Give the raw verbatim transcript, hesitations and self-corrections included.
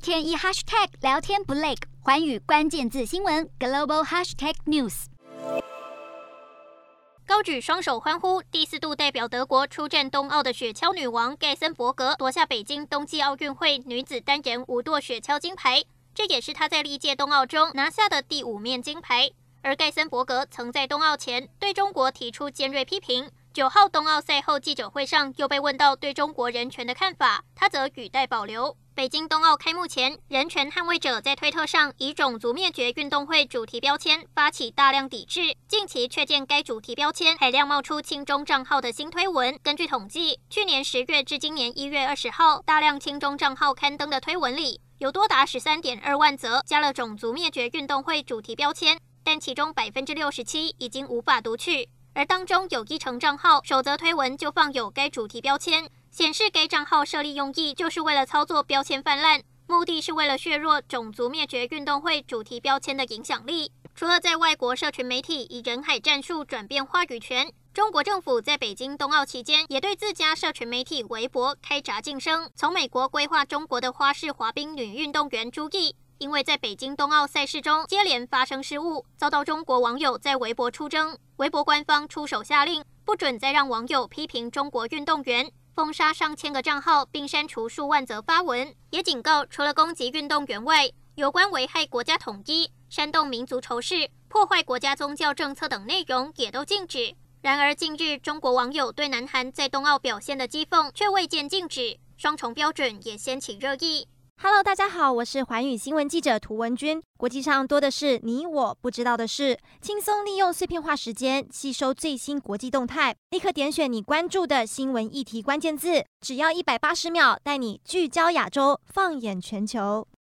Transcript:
天一 hashtag 聊天不累，寰宇关键字新闻 global hashtag news。 高举双手欢呼，第四度代表德国出战冬奥的雪橇女王盖森伯格夺下北京冬季奥运会女子单人五舵雪橇金牌，这也是她在历届冬奥中拿下的第五面金牌。而盖森伯格曾在冬奥前对中国提出尖锐批评，九号冬奥赛后记者会上又被问到对中国人权的看法，他则语带保留。北京冬奥开幕前，人权捍卫者在推特上以种族灭绝运动会主题标签发起大量抵制，近期却见该主题标签海量冒出亲中账号的新推文。根据统计，去年十月至今年一月二十号，大量亲中账号刊登的推文里，有多达十三点二万则加了种族灭绝运动会主题标签，但其中百分之六十七已经无法读取。而当中有一成账号首则推文就放有该主题标签，显示该账号设立用意就是为了操作标签泛滥，目的是为了削弱种族灭绝运动会主题标签的影响力。除了在外国社群媒体以人海战术转变话语权，中国政府在北京冬奥期间也对自家社群媒体微博开闸晋升，从美国规划中国的花式滑冰女运动员朱毅，因为在北京冬奥赛事中接连发生失误，遭到中国网友在微博出征，微博官方出手下令，不准再让网友批评中国运动员，封杀上千个账号，并删除数万则发文，也警告除了攻击运动员外，有关危害国家统一、煽动民族仇视、破坏国家宗教政策等内容也都禁止。然而近日，中国网友对南韩在冬奥表现的讥讽却未见禁止，双重标准也掀起热议。 Hello， 大家好，我是寰宇新闻记者涂文君。国际上多的是你我不知道的事，轻松利用碎片化时间吸收最新国际动态，立刻点选你关注的新闻议题关键字，只要一百八十秒，带你聚焦亚洲，放眼全球。